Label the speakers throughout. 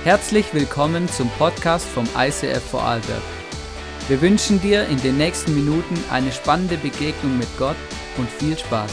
Speaker 1: Herzlich willkommen zum Podcast vom ICF Vorarlberg. Wir wünschen dir in den nächsten Minuten eine spannende Begegnung mit Gott und viel Spaß.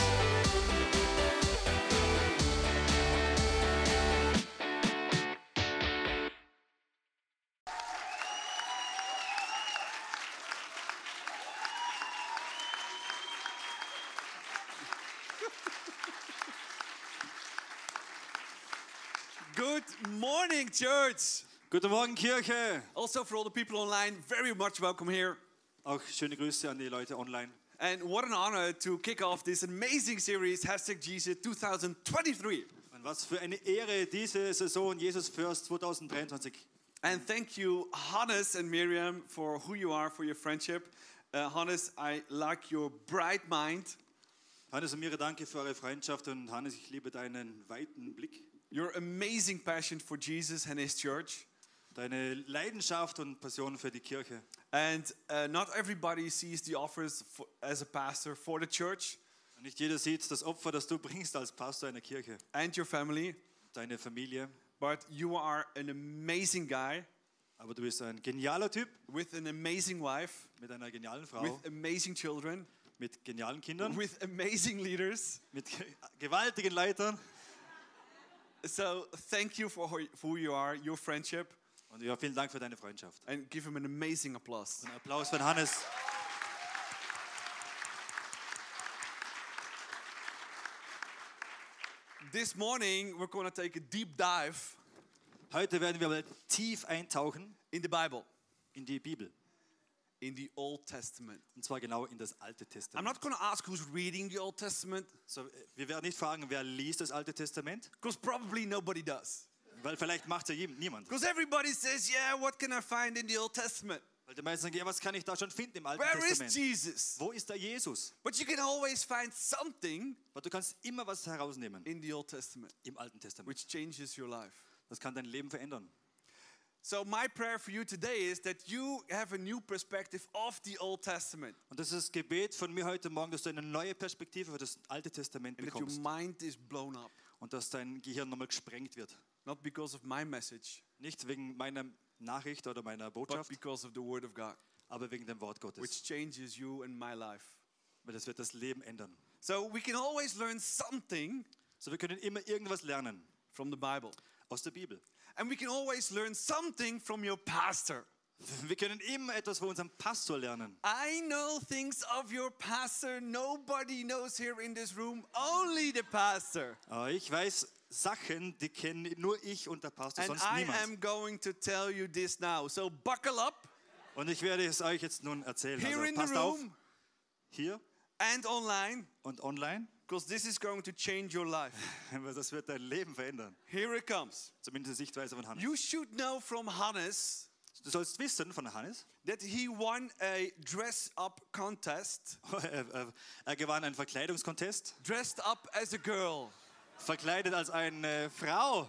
Speaker 2: Good morning, church.
Speaker 3: Guten Morgen, Kirche.
Speaker 2: Also, for all the people online, very much welcome here.
Speaker 3: Auch schöne Grüße an die Leute online.
Speaker 2: And what an honor to kick off this amazing series, #Jesus 2023.
Speaker 3: Und was für eine Ehre, diese Saison Jesus First 2023.
Speaker 2: And thank you, Hannes and Miriam, for who you are, for your friendship. Hannes, I like your bright mind.
Speaker 3: Hannes und Mira, danke für eure Freundschaft. Und Hannes, ich liebe deinen weiten Blick.
Speaker 2: Your amazing passion for Jesus and His church.
Speaker 3: Deine Leidenschaft und Passion für die Kirche.
Speaker 2: And not everybody sees the offers as a pastor for the church.
Speaker 3: Und nicht jeder sieht das Opfer, das du bringst als Pastor einer Kirche.
Speaker 2: And your family.
Speaker 3: Deine Familie.
Speaker 2: But you are an amazing guy.
Speaker 3: Aber du bist ein genialer Typ.
Speaker 2: With an amazing wife.
Speaker 3: Mit einer genialen Frau.
Speaker 2: With amazing children.
Speaker 3: Mit genialen Kindern.
Speaker 2: With amazing leaders.
Speaker 3: Mit gewaltigen Leitern.
Speaker 2: So thank you for who you are, your friendship.
Speaker 3: Und ja, vielen Dank für deine Freundschaft.
Speaker 2: And give him an amazing applause.
Speaker 3: Ein Applaus für Hannes.
Speaker 2: This morning we're going to take a deep dive
Speaker 3: Heute werden wir aber tief eintauchen
Speaker 2: in the Bible,
Speaker 3: in die Bibel.
Speaker 2: in the Old Testament.
Speaker 3: Und zwar genau in das Alte
Speaker 2: I'm
Speaker 3: Testament.
Speaker 2: not going to ask who's reading the Old Testament,
Speaker 3: So, wir werden nicht fragen, wer liest das Alte Testament,
Speaker 2: because probably nobody does.
Speaker 3: weil vielleicht macht es ja niemand.
Speaker 2: Because everybody says, yeah, what can I find in the Old Testament?
Speaker 3: Weil die meisten sagen, ja, was kann ich da schon finden im Alten
Speaker 2: Where is
Speaker 3: Testament?
Speaker 2: Jesus?
Speaker 3: Wo ist da Jesus?
Speaker 2: But you can always find something
Speaker 3: Weil du kannst immer was herausnehmen
Speaker 2: in the Old Testament
Speaker 3: im Alten Testament.
Speaker 2: which changes your life.
Speaker 3: Das kann dein Leben verändern.
Speaker 2: So my prayer for you today is that you have a new perspective of the Old Testament.
Speaker 3: Und das ist das Gebet von mir heute Morgen, dass du eine neue Perspektive für das Alte Testament
Speaker 2: And that your
Speaker 3: bekommst.
Speaker 2: mind is blown up.
Speaker 3: Und dass dein Gehirn nochmal gesprengt wird.
Speaker 2: Not because of my message,
Speaker 3: Nicht wegen meiner Nachricht oder meiner
Speaker 2: but
Speaker 3: Botschaft,
Speaker 2: because of the Word of God,
Speaker 3: aber wegen dem Wort Gottes.
Speaker 2: which changes you and my life.
Speaker 3: Weil das wird das Leben ändern.
Speaker 2: So we can always learn something
Speaker 3: So, wir können immer irgendwas lernen
Speaker 2: from the Bible.
Speaker 3: aus der Bibel.
Speaker 2: And we can always learn something from your pastor.
Speaker 3: Wir können immer etwas von unserem Pastor lernen.
Speaker 2: I know things of your pastor nobody knows here in this room, only the pastor.
Speaker 3: Aber ich weiß Sachen, die kennen nur ich und der Pastor,
Speaker 2: And
Speaker 3: sonst
Speaker 2: I
Speaker 3: niemand.
Speaker 2: am going to tell you this now. So buckle up,
Speaker 3: Und ich werde es euch jetzt nun erzählen.
Speaker 2: here
Speaker 3: Also
Speaker 2: in the
Speaker 3: passt auf,
Speaker 2: room
Speaker 3: hier
Speaker 2: and online,
Speaker 3: und online,
Speaker 2: because this is going to change your life.
Speaker 3: weil das wird dein Leben verändern.
Speaker 2: Here it comes.
Speaker 3: Zumindest die Sichtweise von Hannes.
Speaker 2: You should know from Hannes
Speaker 3: Du sollst wissen von Hannes,
Speaker 2: that he won a dress-up contest,
Speaker 3: er gewann einen Verkleidungskontest,
Speaker 2: dressed up as a girl.
Speaker 3: verkleidet als eine Frau.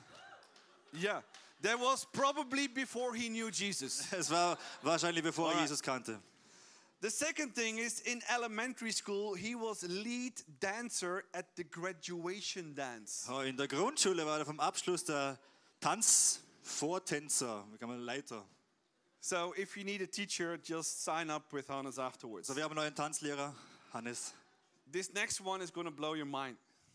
Speaker 2: Yeah, that was probably before he knew Jesus.
Speaker 3: Es war wahrscheinlich bevor er
Speaker 2: Alright.
Speaker 3: Jesus kannte.
Speaker 2: The second thing is, in elementary school, he was lead dancer at the graduation dance.
Speaker 3: Oh, in der Grundschule war er vom Abschluss der Tanzvortänzer, wie kann man Leiter.
Speaker 2: So if you need a teacher, just sign up with Hannes afterwards.
Speaker 3: So, wir haben einen neuen Tanzlehrer, Hannes.
Speaker 2: This next one is going to blow your mind.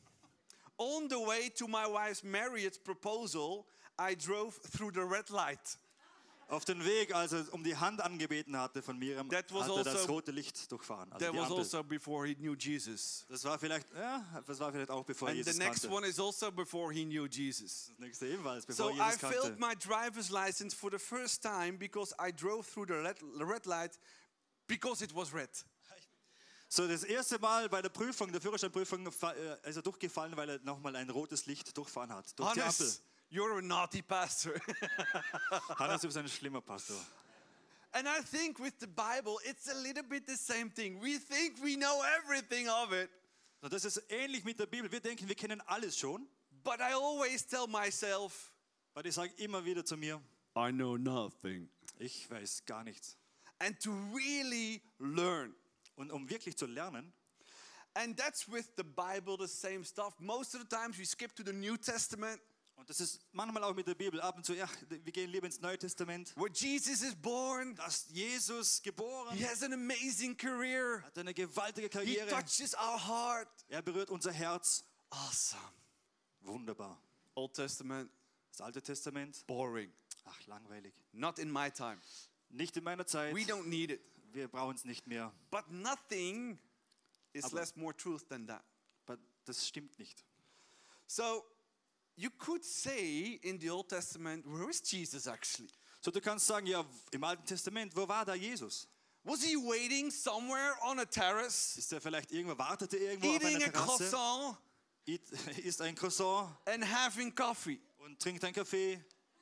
Speaker 2: On the way to my wife's marriage proposal, I drove through the red light.
Speaker 3: Auf den Weg, als er um die Hand angebeten hatte von Miriam,
Speaker 2: That was
Speaker 3: hat er das
Speaker 2: also-
Speaker 3: rote Licht durchfahren. Also
Speaker 2: That
Speaker 3: die
Speaker 2: was
Speaker 3: Ampel.
Speaker 2: also before he knew Jesus.
Speaker 3: Das war vielleicht auch bevor
Speaker 2: And the
Speaker 3: Jesus
Speaker 2: next
Speaker 3: kannte.
Speaker 2: one is also before he knew Jesus.
Speaker 3: Das nächste ebenfalls,
Speaker 2: So
Speaker 3: bevor
Speaker 2: I
Speaker 3: Jesus
Speaker 2: failed
Speaker 3: kannte.
Speaker 2: my driver's license for the first time because I drove through the red light because it was red.
Speaker 3: So, das erste Mal bei der Prüfung, der Führerscheinprüfung, ist er durchgefallen, weil er nochmal ein rotes Licht durchfahren hat. Durch die Ampel.
Speaker 2: Hannes, you're a naughty pastor.
Speaker 3: Hannes, du bist ein schlimmer Pastor.
Speaker 2: And I think with the Bible, it's a little bit the same thing. We think we know everything of it,
Speaker 3: Und das ist ähnlich mit der Bibel. Wir denken, wir kennen alles schon.
Speaker 2: but I always tell myself,
Speaker 3: Weil ich sage immer wieder zu mir,
Speaker 2: I know nothing.
Speaker 3: ich weiß gar nichts.
Speaker 2: And to really learn.
Speaker 3: Und um wirklich zu lernen,
Speaker 2: And that's with the Bible the same stuff. Most of the times we skip to the New Testament.
Speaker 3: Und das ist manchmal auch mit der Bibel. Ab und zu, ja, wir gehen lieber ins Neue Testament.
Speaker 2: where Jesus is born.
Speaker 3: Da ist Jesus geboren,
Speaker 2: He has an amazing career.
Speaker 3: hat eine gewaltige
Speaker 2: He
Speaker 3: Karriere.
Speaker 2: touches our heart.
Speaker 3: Er berührt unser Herz.
Speaker 2: Awesome.
Speaker 3: Wunderbar.
Speaker 2: Old Testament,
Speaker 3: Das Alte Testament,
Speaker 2: boring.
Speaker 3: ach, langweilig.
Speaker 2: Not in my time.
Speaker 3: Nicht in meiner Zeit.
Speaker 2: We don't need it.
Speaker 3: Wir brauchen es nicht mehr.
Speaker 2: But nothing is
Speaker 3: Aber-
Speaker 2: less more truth than that.
Speaker 3: Aber das stimmt nicht.
Speaker 2: So you could say in the Old Testament, where is Jesus actually?
Speaker 3: So, du kannst sagen, ja, im Alten Testament, wo war da Jesus?
Speaker 2: Was he waiting somewhere on a terrace,
Speaker 3: Ist er vielleicht irgendwo, wartete irgendwo auf
Speaker 2: eating
Speaker 3: einer
Speaker 2: a
Speaker 3: Terrasse,
Speaker 2: croissant
Speaker 3: isst ein Croissant
Speaker 2: and having coffee?
Speaker 3: und trinkt einen Kaffee?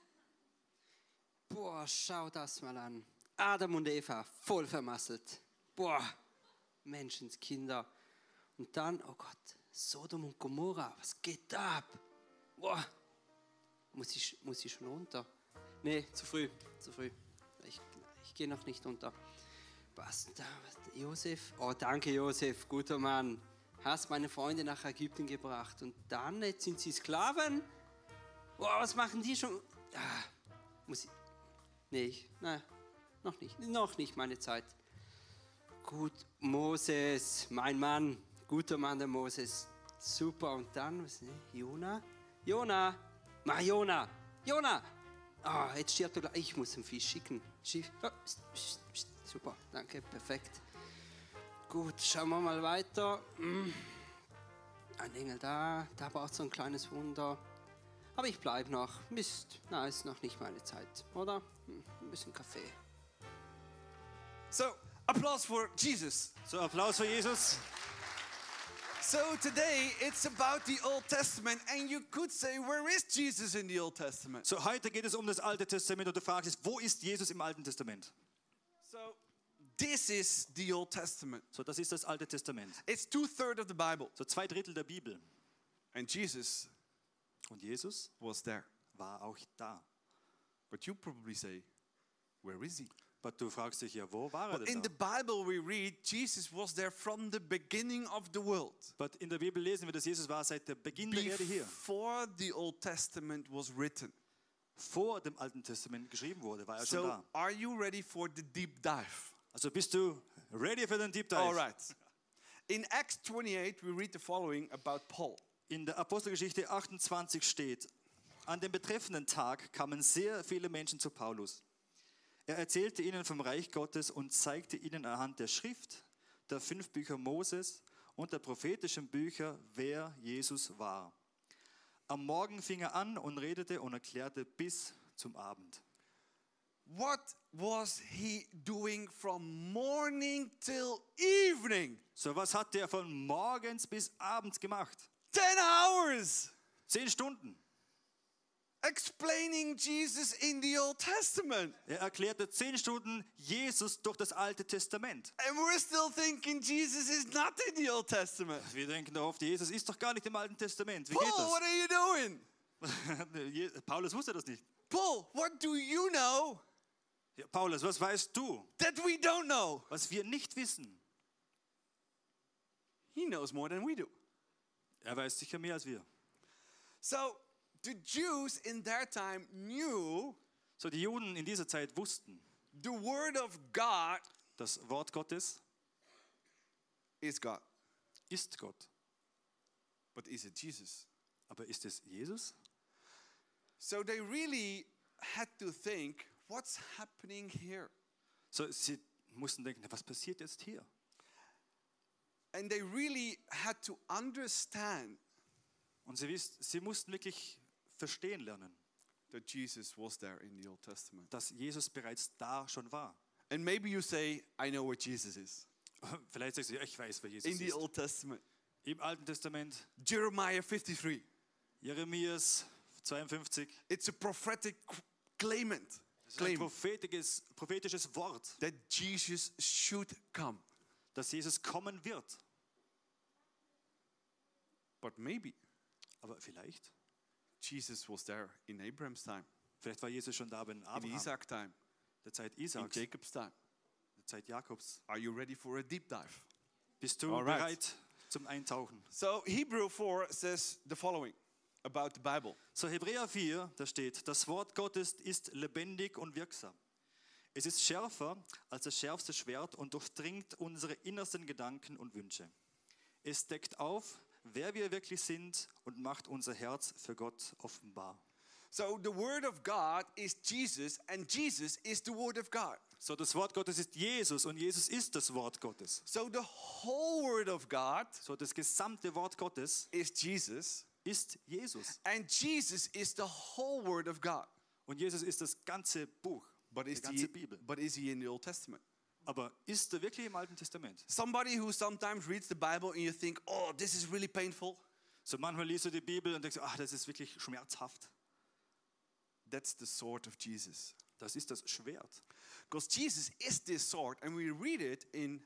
Speaker 4: Boah, schau das mal an. Adam und Eva, voll vermasselt. Boah, Menschenskinder. Und dann, oh Gott, Sodom und Gomorra, was geht da ab? Boah, muss ich schon runter? Nee, zu früh. Ich gehe noch nicht runter. Was da? Josef? Oh, danke Josef, guter Mann. Hast meine Freunde nach Ägypten gebracht. Und dann, jetzt sind sie Sklaven? Boah, was machen die schon? Ah, muss ich... Nee, nein, noch nicht meine Zeit. Gut, Moses, mein Mann, guter Mann der Moses, super. Und dann, was, ne? Jona, jetzt stirbt er gleich. Ich muss ein Fisch schicken. Super, danke, perfekt. Gut, schauen wir mal weiter. Ein Engel da braucht so ein kleines Wunder. Aber ich bleibe noch. Mist, na, ist noch nicht meine Zeit, oder? Ein bisschen Kaffee.
Speaker 2: So applause for Jesus.
Speaker 3: So, Applaus für Jesus.
Speaker 2: So today it's about the Old Testament, and you could say, where is Jesus in the Old Testament?
Speaker 3: So, heute geht es um das Alte Testament und du fragst dich, wo ist Jesus im Alten Testament?
Speaker 2: So this is the Old Testament.
Speaker 3: So, das ist das Alte Testament.
Speaker 2: It's 2/3 of the Bible,
Speaker 3: So 2/3 der Bibel.
Speaker 2: and Jesus
Speaker 3: Und Jesus
Speaker 2: was there.
Speaker 3: war auch da.
Speaker 2: But you probably say, where is he?
Speaker 3: Aber du fragst dich ja, wo war er
Speaker 2: But
Speaker 3: denn
Speaker 2: in the
Speaker 3: da?
Speaker 2: Bible we read, Jesus was there from the beginning of the world.
Speaker 3: Aber in der Bibel lesen wir, dass Jesus war seit der Beginn der Erde hier.
Speaker 2: Before the Old Testament was written.
Speaker 3: Vor dem Alten Testament geschrieben wurde, war er schon
Speaker 2: So
Speaker 3: da.
Speaker 2: are you ready for the deep dive?
Speaker 3: Also bist du ready für den Deep Dive?
Speaker 2: All right. In Acts 28 we read the following about Paul.
Speaker 3: In der Apostelgeschichte 28 steht, an dem betreffenden Tag kamen sehr viele Menschen zu Paulus. Er erzählte ihnen vom Reich Gottes und zeigte ihnen anhand der Schrift, der 5 Bücher Moses und der prophetischen Bücher, wer Jesus war. Am Morgen fing er an und redete und erklärte bis zum Abend.
Speaker 2: What was he doing from morning till evening?
Speaker 3: So, was hat der von morgens bis abends gemacht?
Speaker 2: 10 hours
Speaker 3: 10 Stunden.
Speaker 2: explaining Jesus in the Old Testament.
Speaker 3: Er erklärte 10 Stunden Jesus durch das Alte Testament.
Speaker 2: And we're still thinking Jesus is not in the Old Testament.
Speaker 3: Wir denken doch oft, Jesus ist doch gar nicht im Alten Testament. Wie
Speaker 2: Paul,
Speaker 3: geht
Speaker 2: what are you doing?
Speaker 3: das? Paulus wusste das nicht.
Speaker 2: Paul, what do you know
Speaker 3: Ja, Paulus, was weißt du,
Speaker 2: that we don't know?
Speaker 3: was wir nicht wissen?
Speaker 2: He knows more than we do.
Speaker 3: Er weiß sicher mehr als wir.
Speaker 2: So the Jews in their time knew
Speaker 3: So, die Juden in dieser Zeit wussten,
Speaker 2: the word of God
Speaker 3: das Wort Gottes
Speaker 2: is God.
Speaker 3: ist Gott.
Speaker 2: But is it Jesus?
Speaker 3: Aber ist es Jesus?
Speaker 2: So they really had to think, what's happening here?
Speaker 3: So, sie mussten denken, was passiert jetzt hier?
Speaker 2: And they really had to understand
Speaker 3: Und sie mussten wirklich verstehen lernen,
Speaker 2: that Jesus was there in the Old Testament.
Speaker 3: dass Jesus bereits da schon war.
Speaker 2: And maybe you say, I know what Jesus is.
Speaker 3: Vielleicht sagst du, ja, ich weiß, wer Jesus
Speaker 2: In the
Speaker 3: ist.
Speaker 2: Old Testament.
Speaker 3: Im Alten Testament,
Speaker 2: Jeremiah 53.
Speaker 3: Jeremias 52,
Speaker 2: It's a prophetic claimant.
Speaker 3: das ist ein
Speaker 2: Claim
Speaker 3: prophetisches Wort,
Speaker 2: that Jesus should come.
Speaker 3: dass Jesus kommen wird.
Speaker 2: But maybe
Speaker 3: Aber vielleicht
Speaker 2: Jesus was there in Abraham's time,
Speaker 3: war Jesus schon da bei
Speaker 2: in
Speaker 3: Abraham,
Speaker 2: Isaac's time,
Speaker 3: der Zeit
Speaker 2: in
Speaker 3: Isaaks,
Speaker 2: Jacob's time.
Speaker 3: der Zeit Jakobs.
Speaker 2: Are you ready for a deep dive?
Speaker 3: Bist du
Speaker 2: Alright.
Speaker 3: bereit zum Eintauchen?
Speaker 2: So Hebrew 4 says the following. about the Bible.
Speaker 3: So Hebräer 4, da steht, das Wort Gottes ist lebendig und wirksam. Es ist schärfer als das schärfste Schwert und durchdringt unsere innersten Gedanken und Wünsche. Es deckt auf, wer wir wirklich sind und macht unser Herz für Gott offenbar.
Speaker 2: So the Word of God is Jesus, and Jesus is the Word of God.
Speaker 3: So das Wort Gottes ist Jesus und Jesus ist das Wort Gottes.
Speaker 2: So the whole Word of God
Speaker 3: So das gesamte Wort Gottes
Speaker 2: is Jesus,
Speaker 3: ist Jesus.
Speaker 2: and Jesus is the whole Word of God.
Speaker 3: Und Jesus ist das ganze Buch,
Speaker 2: But
Speaker 3: die
Speaker 2: is,
Speaker 3: ganze Bibel.
Speaker 2: but is he in the Old Testament?
Speaker 3: Aber ist er wirklich im Alten Testament?
Speaker 2: Somebody who sometimes reads the Bible and you think, oh, this is really painful.
Speaker 3: So manchmal liest du die Bibel und denkst, ach, das ist wirklich schmerzhaft.
Speaker 2: That's the sword of Jesus.
Speaker 3: Das ist das Schwert.
Speaker 2: Because Jesus is this sword, and we read it in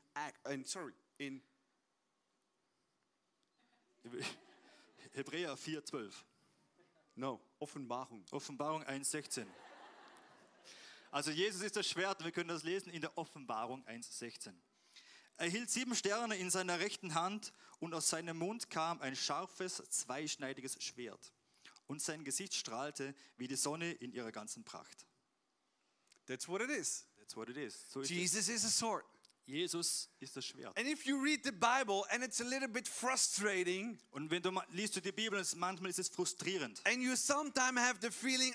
Speaker 3: Hebräer 4,12.
Speaker 2: Offenbarung.
Speaker 3: Offenbarung 1,16. Also Jesus ist das Schwert, wir können das lesen in der Offenbarung 1,16. Er hielt 7 Sterne in seiner rechten Hand und aus seinem Mund kam ein scharfes, zweischneidiges Schwert. Und sein Gesicht strahlte wie die Sonne in ihrer ganzen Pracht.
Speaker 2: That's what it is.
Speaker 3: That's what it is. So ist
Speaker 2: Jesus is a sword.
Speaker 3: Jesus ist das Schwert.
Speaker 2: And if you read the Bible and it's a little bit frustrating,
Speaker 3: Und wenn du liest du die Bibel, manchmal ist es frustrierend.
Speaker 2: and you sometimes have the feeling,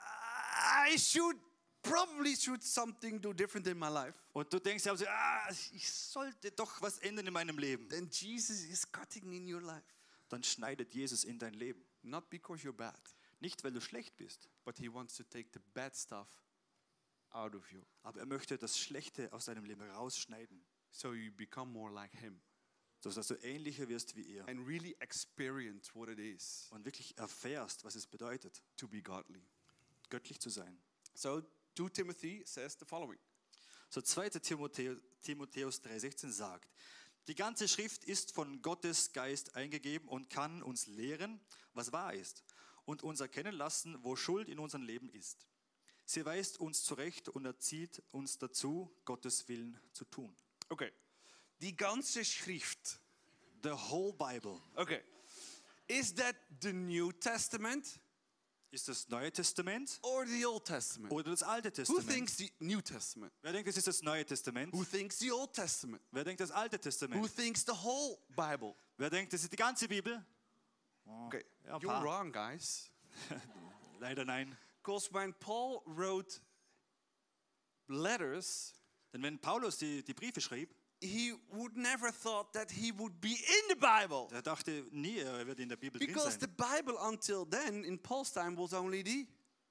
Speaker 2: I probably should something do different in my life,
Speaker 3: Und du denkst ja, ich sollte doch was ändern in meinem Leben.
Speaker 2: then Jesus is cutting in your life.
Speaker 3: Dann schneidet Jesus in dein Leben.
Speaker 2: Not because you're bad,
Speaker 3: Nicht, weil du schlecht bist,
Speaker 2: but he wants to take the bad stuff out of you,
Speaker 3: aber er möchte das Schlechte aus deinem Leben rausschneiden,
Speaker 2: so you become more like him
Speaker 3: sodass du ähnlicher wirst wie er
Speaker 2: and really experience what it is
Speaker 3: und wirklich erfährst, was es bedeutet,
Speaker 2: to be godly.
Speaker 3: göttlich zu sein.
Speaker 2: So 2 Timothy says the following.
Speaker 3: So 2. Timotheus 3,16 sagt, die ganze Schrift ist von Gottes Geist eingegeben und kann uns lehren, was wahr ist und uns erkennen lassen, wo Schuld in unserem Leben ist. Sie weist uns zurecht und erzieht uns dazu, Gottes Willen zu tun.
Speaker 2: Okay. Die ganze Schrift.
Speaker 3: The whole Bible.
Speaker 2: Okay. Is that the New Testament
Speaker 3: Ist das Neue Testament
Speaker 2: or the Old Testament?
Speaker 3: oder das Alte
Speaker 2: Who
Speaker 3: Testament?
Speaker 2: thinks the New Testament?
Speaker 3: Wer denkt, es ist das Neue Testament?
Speaker 2: Who thinks the Old Testament?
Speaker 3: Wer denkt, das Alte
Speaker 2: Who
Speaker 3: Testament?
Speaker 2: thinks the whole Bible?
Speaker 3: Wer denkt, das ist die ganze Bibel?
Speaker 2: Okay.
Speaker 3: Ja, ein
Speaker 2: You're
Speaker 3: paar.
Speaker 2: wrong, guys.
Speaker 3: Leider nein.
Speaker 2: Because when Paul wrote letters,
Speaker 3: Denn wenn Paulus die Briefe schrieb,
Speaker 2: he would never thought that he would be in the Bible.
Speaker 3: er dachte nie, er wird in der Bibel drin
Speaker 2: Because the
Speaker 3: sein.
Speaker 2: Bible until then, in Paul's time, was only the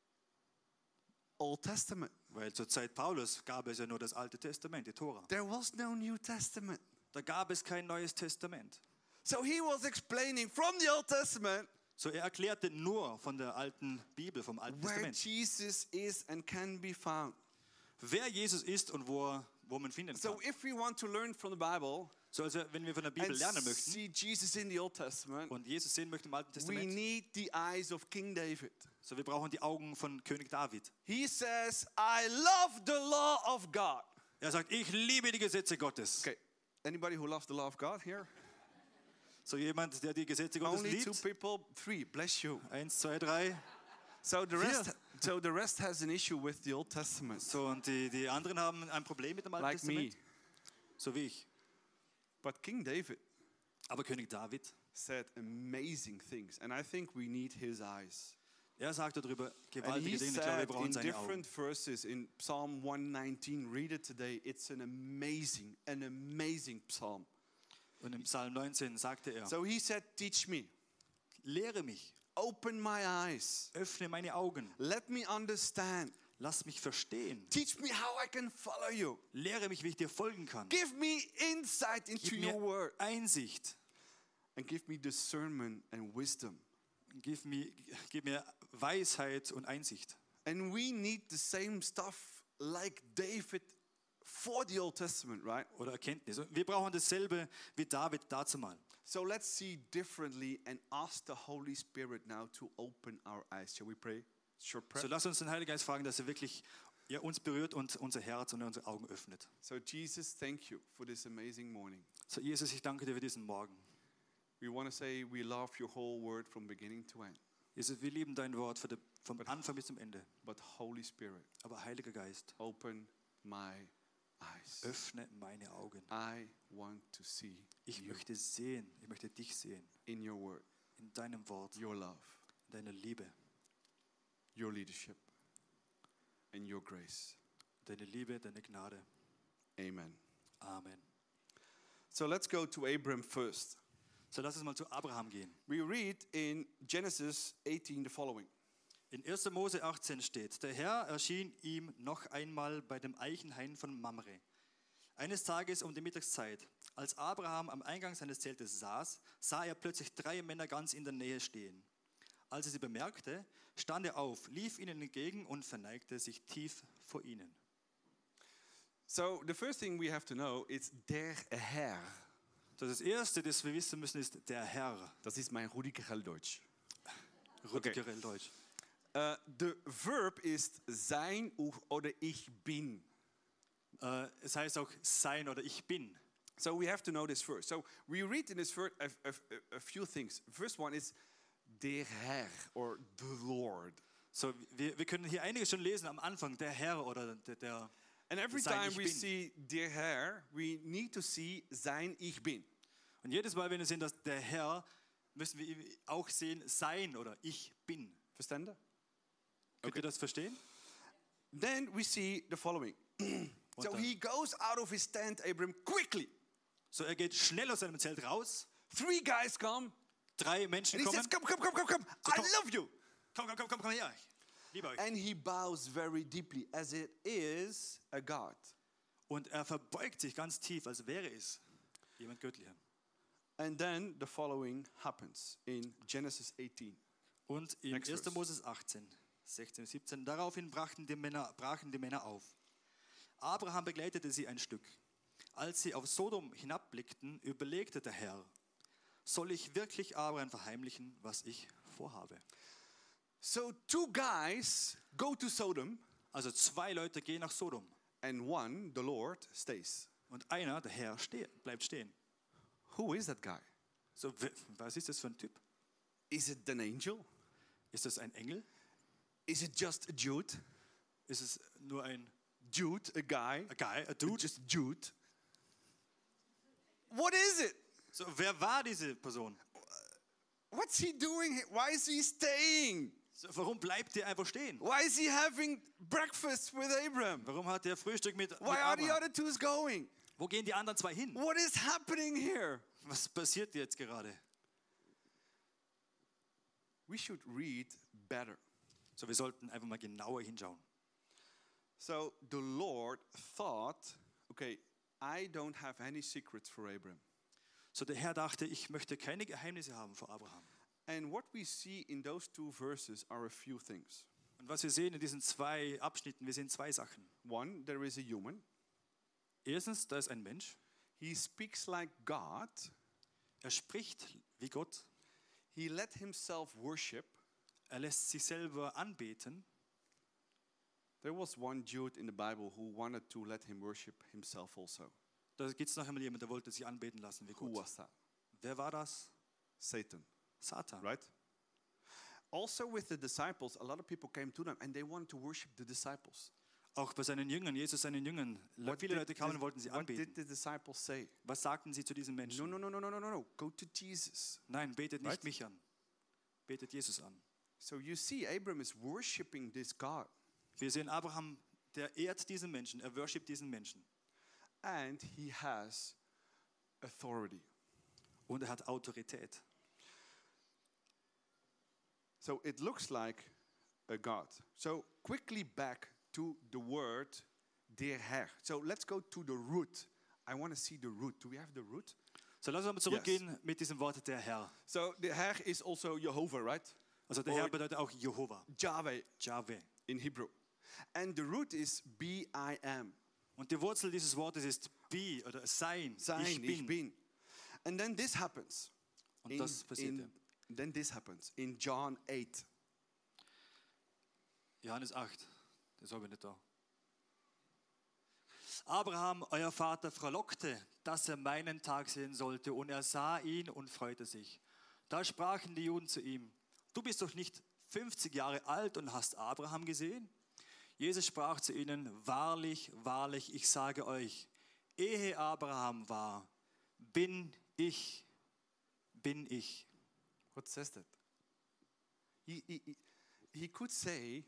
Speaker 2: Old Testament.
Speaker 3: Weil zur Zeit Paulus gab es ja nur das Alte Testament, die Tora.
Speaker 2: There was no New Testament.
Speaker 3: Da gab es kein Neues Testament.
Speaker 2: So he was explaining from the Old Testament
Speaker 3: So er erklärte nur von der alten Bibel, vom Alten
Speaker 2: where
Speaker 3: Testament,
Speaker 2: Jesus is and can be found.
Speaker 3: wer Jesus ist und wo man finden kann.
Speaker 2: So if we want to learn from the Bible
Speaker 3: So also wenn wir von der Bibel
Speaker 2: and
Speaker 3: lernen möchten
Speaker 2: see Jesus in the Old Testament,
Speaker 3: und Jesus sehen möchten im Alten
Speaker 2: we
Speaker 3: Testament,
Speaker 2: need the eyes of King David.
Speaker 3: so wir brauchen die Augen von König David.
Speaker 2: He says, I love the law of God.
Speaker 3: Er sagt, ich liebe die Gesetze Gottes.
Speaker 2: Okay, anybody who loves the law of God here?
Speaker 3: So jemand, der die Gesetze Gottes
Speaker 2: Only 2
Speaker 3: liebt.
Speaker 2: people, 3, bless you.
Speaker 3: 1, 2, 3.
Speaker 2: So the rest has an issue with the Old Testament,
Speaker 3: So und die anderen haben ein Problem mit dem Alten
Speaker 2: like me.
Speaker 3: Testament. So wie ich.
Speaker 2: But King David
Speaker 3: Aber König David,
Speaker 2: said amazing things, and I think we need his eyes.
Speaker 3: er sagt darüber
Speaker 2: And he
Speaker 3: gewaltige Dinge. Ich glaube, wir
Speaker 2: said
Speaker 3: brauchen
Speaker 2: in
Speaker 3: seine Augen.
Speaker 2: different verses in Psalm 119, read it today, it's an amazing psalm.
Speaker 3: Und im Psalm 19 sagte er,
Speaker 2: So he said, teach me,
Speaker 3: lehre mich,
Speaker 2: open my eyes,
Speaker 3: öffne meine Augen,
Speaker 2: let me understand,
Speaker 3: lass mich verstehen,
Speaker 2: teach me how I can follow you,
Speaker 3: lehre mich, wie ich dir folgen kann.
Speaker 2: give me insight into
Speaker 3: Gib
Speaker 2: your
Speaker 3: mir
Speaker 2: word,
Speaker 3: Einsicht,
Speaker 2: and give me discernment and wisdom.
Speaker 3: gib mir Weisheit und Einsicht.
Speaker 2: And we need the same stuff like David for the Old Testament, right?
Speaker 3: Oder Erkenntnis. Und wir brauchen dasselbe wie David dazumal.
Speaker 2: So let's see differently and ask the Holy Spirit now to open our eyes. Shall we pray? Short prayer.
Speaker 3: So lass uns den Heiligen Geist fragen, dass er wirklich uns berührt und unser Herz und unsere Augen öffnet.
Speaker 2: So Jesus, thank you for this amazing morning.
Speaker 3: So Jesus, ich danke dir für diesen Morgen.
Speaker 2: We want to say we love your whole word from beginning to end.
Speaker 3: Jesus, wir lieben dein Wort vom Anfang bis zum Ende.
Speaker 2: But Holy Spirit,
Speaker 3: Aber Heiliger Geist,
Speaker 2: open my eyes.
Speaker 3: öffne meine Augen.
Speaker 2: I want to see
Speaker 3: Ich
Speaker 2: you
Speaker 3: möchte sehen, ich möchte dich sehen.
Speaker 2: in your word,
Speaker 3: In deinem Wort,
Speaker 2: your love,
Speaker 3: in deiner Liebe.
Speaker 2: your leadership, and your grace.
Speaker 3: Deine Liebe, deine Gnade.
Speaker 2: Amen.
Speaker 3: Amen.
Speaker 2: So let's go to Abram first.
Speaker 3: So lass uns mal zu Abraham gehen.
Speaker 2: We read in Genesis 18 the following.
Speaker 3: In 1. Mose 18 steht, der Herr erschien ihm noch einmal bei dem Eichenhain von Mamre. Eines Tages um die Mittagszeit, als Abraham am Eingang seines Zeltes saß, sah er plötzlich 3 Männer ganz in der Nähe stehen. Als er sie bemerkte, stand er auf, lief ihnen entgegen und verneigte sich tief vor ihnen.
Speaker 2: So the first thing we have to know is der Herr.
Speaker 3: Das Erste, das wir wissen müssen, ist der Herr.
Speaker 2: Das ist mein Rudiger Deutsch.
Speaker 3: Rüdiger Deutsch.
Speaker 2: The verb ist sein oder ich bin.
Speaker 3: Es heißt auch sein oder ich bin.
Speaker 2: So we have to know this first. So we read in this verse a few things. First one is der Herr or the Lord.
Speaker 3: So, wir können hier einiges schon lesen am Anfang, der Herr oder der
Speaker 2: And every
Speaker 3: sein
Speaker 2: time
Speaker 3: Ich
Speaker 2: we
Speaker 3: bin.
Speaker 2: see der Herr, we need to see sein Ich bin.
Speaker 3: Und jedes Mal, wenn wir sehen, dass der Herr, müssen wir auch sehen, sein oder ich bin.
Speaker 2: Verstanden?
Speaker 3: Könnt ihr das verstehen?
Speaker 2: Then we see the following. So
Speaker 3: dann-
Speaker 2: he goes out of his tent, Abram, quickly.
Speaker 3: So, er geht schnell aus seinem Zelt raus,
Speaker 2: 3 guys come,
Speaker 3: 3 Menschen
Speaker 2: and he
Speaker 3: kommen.
Speaker 2: says, come. I
Speaker 3: komm.
Speaker 2: love you.
Speaker 3: Komm her, ich liebe euch.
Speaker 2: And he bows very deeply, as it is a God.
Speaker 3: Und er verbeugt sich ganz tief, als wäre es jemand Göttlicher.
Speaker 2: And then the following happens in Genesis 18.
Speaker 3: Und in
Speaker 2: Next
Speaker 3: 1.
Speaker 2: verse.
Speaker 3: Moses 18, 16, 17, daraufhin brachen die Männer auf. Abraham begleitete sie ein Stück. Als sie auf Sodom hinabblickten, überlegte der Herr, soll ich wirklich Abraham verheimlichen, was ich vorhabe?
Speaker 2: So 2 guys go to Sodom,
Speaker 3: Also 2 Leute gehen nach Sodom
Speaker 2: and one, the Lord, stays.
Speaker 3: und einer, der Herr, bleibt stehen.
Speaker 2: Who is that guy?
Speaker 3: So, was ist das für ein Typ?
Speaker 2: Is it an angel?
Speaker 3: Ist das ein Engel?
Speaker 2: Is it just a Jude?
Speaker 3: Ist es nur ein
Speaker 2: Jude, a guy?
Speaker 3: a Dude?
Speaker 2: Just Jude. What is it?
Speaker 3: So, wer war diese Person?
Speaker 2: What's he doing here? Why is he staying?
Speaker 3: So, warum bleibt er einfach stehen?
Speaker 2: Why is he having breakfast with Abram?
Speaker 3: Warum hat er Frühstück mit
Speaker 2: Why are the
Speaker 3: Abraham?
Speaker 2: other 2 going?
Speaker 3: Wo gehen die anderen 2 hin?
Speaker 2: What is happening here?
Speaker 3: Was passiert jetzt gerade?
Speaker 2: We should read better.
Speaker 3: So, wir sollten einfach mal genauer hinschauen.
Speaker 2: So the Lord thought, okay, I don't have any secrets for Abram.
Speaker 3: So, der Herr dachte, ich möchte keine Geheimnisse haben vor Abraham.
Speaker 2: And what we see in those 2 verses are a few things.
Speaker 3: Und was wir sehen in diesen 2 Abschnitten, wir sehen 2 Sachen.
Speaker 2: One, there is a human.
Speaker 3: Erstens, da ist ein Mensch.
Speaker 2: He speaks like God.
Speaker 3: Er spricht wie Gott.
Speaker 2: He let himself worship.
Speaker 3: Er lässt sich selber anbeten.
Speaker 2: There was one Jude in the Bible who wanted to let him worship himself also.
Speaker 3: Da gibt es noch einmal jemanden, der wollte sich anbeten lassen wie
Speaker 2: Who
Speaker 3: Gott.
Speaker 2: was that?
Speaker 3: Wer war das?
Speaker 2: Satan,
Speaker 3: Satan.
Speaker 2: right? Also with the disciples, a lot of people came to them and they wanted to worship the disciples.
Speaker 3: Auch bei seinen Jüngern, Jesus seinen Jüngern, viele Leute kamen und wollten sie
Speaker 2: what did
Speaker 3: anbeten.
Speaker 2: the disciples say?
Speaker 3: Was sagten sie zu diesen Menschen?
Speaker 2: No. Go to Jesus.
Speaker 3: Nein, betet nicht
Speaker 2: Right?
Speaker 3: mich an. Betet Jesus an.
Speaker 2: So you see, Abram is worshiping this God.
Speaker 3: Wir sehen Abraham, der ehrt diesen Menschen, er worshipt diesen Menschen.
Speaker 2: And he has authority.
Speaker 3: Und er hat Autorität.
Speaker 2: So it looks like a God. So quickly back to the word der Herr. So let's go to the root. I want to see the root. Do we have the root?
Speaker 3: So lass uns mal zurückgehen mit diesem Wort der Herr.
Speaker 2: So the Herr is also Jehovah, right?
Speaker 3: Also der
Speaker 2: Or
Speaker 3: Herr bedeutet auch Jehova,
Speaker 2: Yahweh
Speaker 3: Jahwe.
Speaker 2: in Hebrew. And the root is B-I-M.
Speaker 3: Und die Wurzel dieses Wortes ist be oder sein,
Speaker 2: Sein,
Speaker 3: ich bin.
Speaker 2: And then this happens.
Speaker 3: Und das passierte.
Speaker 2: Then this happens in John 8.
Speaker 3: Johannes 8, das habe ich nicht da. Abraham, euer Vater, frohlockte, dass er meinen Tag sehen sollte, und er sah ihn und freute sich. Da sprachen die Juden zu ihm, du bist doch nicht 50 Jahre alt und hast Abraham gesehen? Jesus sprach zu ihnen, wahrlich, wahrlich, ich sage euch, ehe Abraham war, bin ich.
Speaker 2: What says that? He could say,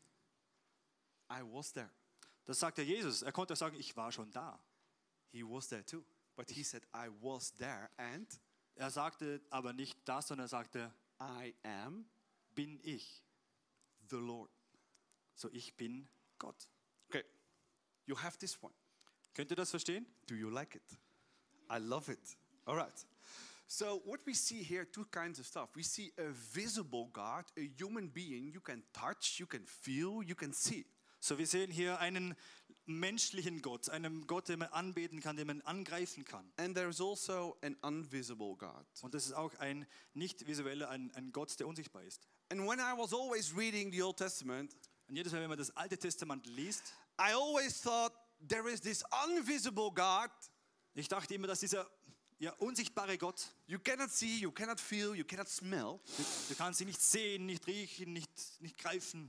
Speaker 2: I was there.
Speaker 3: Das sagt der Jesus. Er konnte sagen, ich war schon da.
Speaker 2: He was there too. But he said, I was there and
Speaker 3: Er sagte aber nicht das, sondern er sagte,
Speaker 2: I am
Speaker 3: bin ich.
Speaker 2: the Lord.
Speaker 3: So, ich bin Gott.
Speaker 2: Okay, you have this one.
Speaker 3: Könnt ihr das verstehen?
Speaker 2: Do you like it? I love it. All right. So what we see here, two kinds of stuff. We see a visible God, a human being you can touch, you can feel, you can see.
Speaker 3: So, wir sehen hier einen menschlichen Gott, einen Gott, den man anbeten kann, den man angreifen kann.
Speaker 2: And there's also an invisible God.
Speaker 3: Und das ist auch ein nicht visueller, ein Gott, der unsichtbar ist.
Speaker 2: And when I was always reading the Old Testament,
Speaker 3: Und jedes Mal, wenn man das Alte Testament liest,
Speaker 2: I always thought there is this invisible God.
Speaker 3: ich dachte immer, dass dieser unsichtbare Gott,
Speaker 2: You cannot see, you cannot feel, you cannot smell.
Speaker 3: du kannst ihn nicht sehen, nicht riechen, nicht greifen.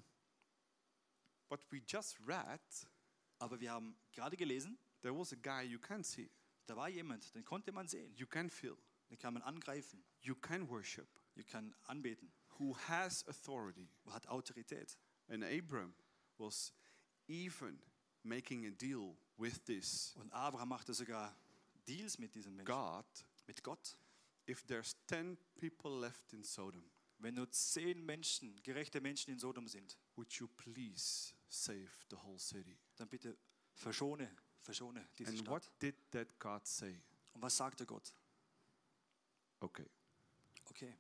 Speaker 2: But we just read,
Speaker 3: Aber wir haben gerade gelesen,
Speaker 2: there was a guy you can see,
Speaker 3: da war jemand, den konnte man sehen,
Speaker 2: you can feel,
Speaker 3: den kann man angreifen,
Speaker 2: you can worship,
Speaker 3: den kann anbeten,
Speaker 2: who has authority.
Speaker 3: hat Autorität.
Speaker 2: And Abram was even making a deal with this
Speaker 3: Und Abraham machte sogar Deals mit diesem Menschen,
Speaker 2: God.
Speaker 3: mit Gott.
Speaker 2: If there's 10 people left in Sodom,
Speaker 3: Wenn nur 10 Menschen, gerechte Menschen in Sodom sind,
Speaker 2: would you please save the whole city?
Speaker 3: dann bitte verschone diese
Speaker 2: And what
Speaker 3: Stadt.
Speaker 2: did that God say?
Speaker 3: Und was sagte Gott?
Speaker 2: Okay,
Speaker 3: Okay,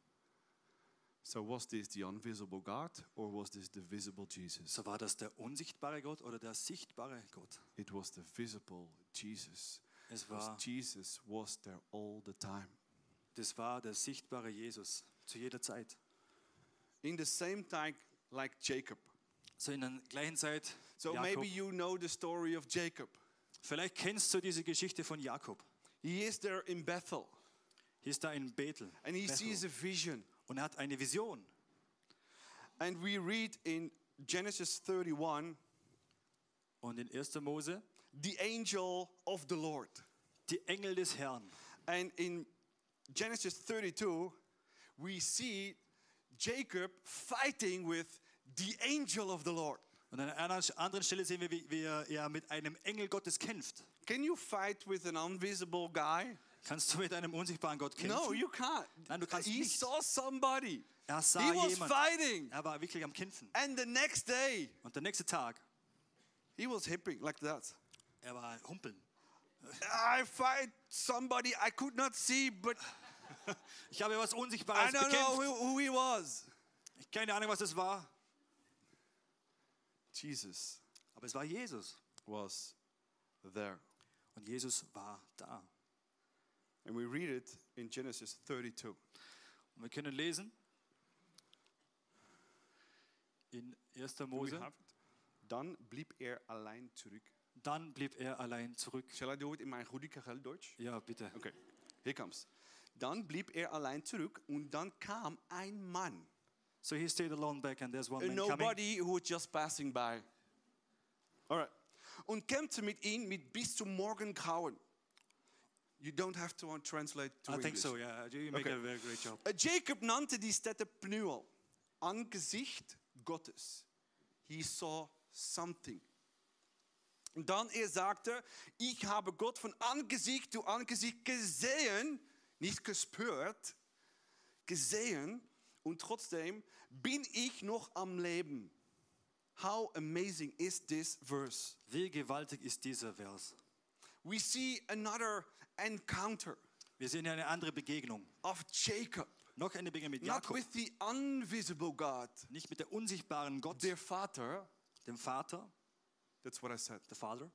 Speaker 2: so was this the invisible God or was this the visible Jesus?
Speaker 3: so war das der unsichtbare Gott oder der sichtbare Gott?
Speaker 2: It was the visible Jesus.
Speaker 3: Es
Speaker 2: Because
Speaker 3: war,
Speaker 2: Jesus was there all the time.
Speaker 3: das war der sichtbare Jesus zu jeder Zeit.
Speaker 2: In the same time like Jacob.
Speaker 3: So in der gleichen Zeit
Speaker 2: So
Speaker 3: Jakob.
Speaker 2: maybe you know the story of Jacob.
Speaker 3: Vielleicht kennst du diese Geschichte von Jakob.
Speaker 2: He is there in Bethel
Speaker 3: Hier ist da in Bethel.
Speaker 2: and he
Speaker 3: Bethel.
Speaker 2: sees a vision.
Speaker 3: Und er hat eine Vision.
Speaker 2: And we read in Genesis 31,
Speaker 3: Und in 1. Mose,
Speaker 2: the angel of the Lord.
Speaker 3: die Engel des Herrn.
Speaker 2: And in Genesis 32, we see Jacob fighting with the angel of the Lord.
Speaker 3: Und an einer anderen Stelle sehen wir, wie er mit einem Engel Gottes kämpft.
Speaker 2: Can you fight with an invisible guy?
Speaker 3: Kannst du mit einem unsichtbaren Gott kämpfen?
Speaker 2: No, you can't.
Speaker 3: Nein, du kannst
Speaker 2: He
Speaker 3: nicht.
Speaker 2: saw somebody.
Speaker 3: Er sah
Speaker 2: He was
Speaker 3: jemand.
Speaker 2: fighting.
Speaker 3: Er war wirklich am Kämpfen.
Speaker 2: And the next day,
Speaker 3: Und der nächste Tag,
Speaker 2: he was hipping like that.
Speaker 3: er war humpeln.
Speaker 2: I fight somebody I could not see, but
Speaker 3: Ich habe was
Speaker 2: I
Speaker 3: Unsichtbares
Speaker 2: don't know
Speaker 3: bekämpft.
Speaker 2: who he was.
Speaker 3: Ich keine Ahnung, was das war.
Speaker 2: Jesus
Speaker 3: Aber es war Jesus.
Speaker 2: was there.
Speaker 3: Und Jesus war da.
Speaker 2: And we read it in Genesis 32.
Speaker 3: Und wir können lesen in 1.
Speaker 2: Do we
Speaker 3: Mose.
Speaker 2: have it? Dann blieb er allein zurück.
Speaker 3: Dann blieb er allein zurück.
Speaker 2: Shall I do it in mijn goede Deutsch?
Speaker 3: Ja, bitte.
Speaker 2: Okay, here comes. Dann blieb er allein zurück und dann kam ein Mann.
Speaker 3: So he stayed alone back and there's one
Speaker 2: A
Speaker 3: man coming.
Speaker 2: nobody who was just passing by. All right. Und kämpfte mit ihm mit bis zum Morgengrauen. You don't have to translate to
Speaker 3: I think
Speaker 2: English.
Speaker 3: so, yeah. You make
Speaker 2: Okay.
Speaker 3: a very great job.
Speaker 2: Jacob nannte die Stätte Pnuel. Angesicht Gottes. He saw something. Und dann er sagte, ich habe Gott von Angesicht zu Angesicht gesehen, nicht gespürt, gesehen und trotzdem bin ich noch am Leben. How amazing is this verse?
Speaker 3: Wie gewaltig ist dieser Vers.
Speaker 2: We see another encounter
Speaker 3: Wir sehen hier eine andere Begegnung.
Speaker 2: of Jacob,
Speaker 3: Noch eine Begegnung mit
Speaker 2: not
Speaker 3: Jakob.
Speaker 2: with the invisible God,
Speaker 3: Nicht mit der unsichtbaren Gott,
Speaker 2: their Vater.
Speaker 3: dem Vater,
Speaker 2: That's what I said.
Speaker 3: der Vater,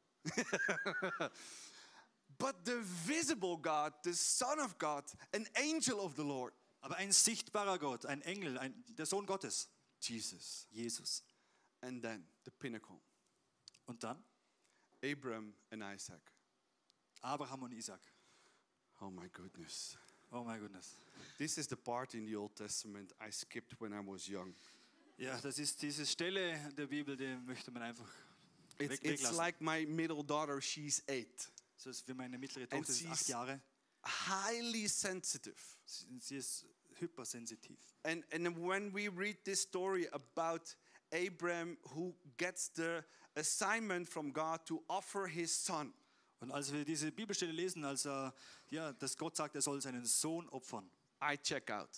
Speaker 2: But the visible God, the Son of God, an angel of the Lord,
Speaker 3: aber ein sichtbarer Gott, ein Engel, der Sohn Gottes,
Speaker 2: Jesus.
Speaker 3: Jesus.
Speaker 2: And then the pinnacle,
Speaker 3: Und dann
Speaker 2: Abram and Isaac.
Speaker 3: Abraham und Isaac.
Speaker 2: Oh my goodness.
Speaker 3: Oh my goodness.
Speaker 2: This is the part in the Old Testament I skipped when I was young.
Speaker 3: Ja, das ist diese Stelle der Bibel, die möchte man einfach
Speaker 2: It's
Speaker 3: weglassen.
Speaker 2: like my middle daughter, she's 8.
Speaker 3: So ist wie meine mittlere
Speaker 2: And
Speaker 3: Tochter, sie ist 8
Speaker 2: she's
Speaker 3: Jahre.
Speaker 2: highly sensitive.
Speaker 3: Sie ist hypersensitiv.
Speaker 2: And when we read this story about Abraham who gets the assignment from God to offer his son,
Speaker 3: Und als wir diese Bibelstelle lesen, dass Gott sagt, er soll seinen Sohn opfern,
Speaker 2: I check out.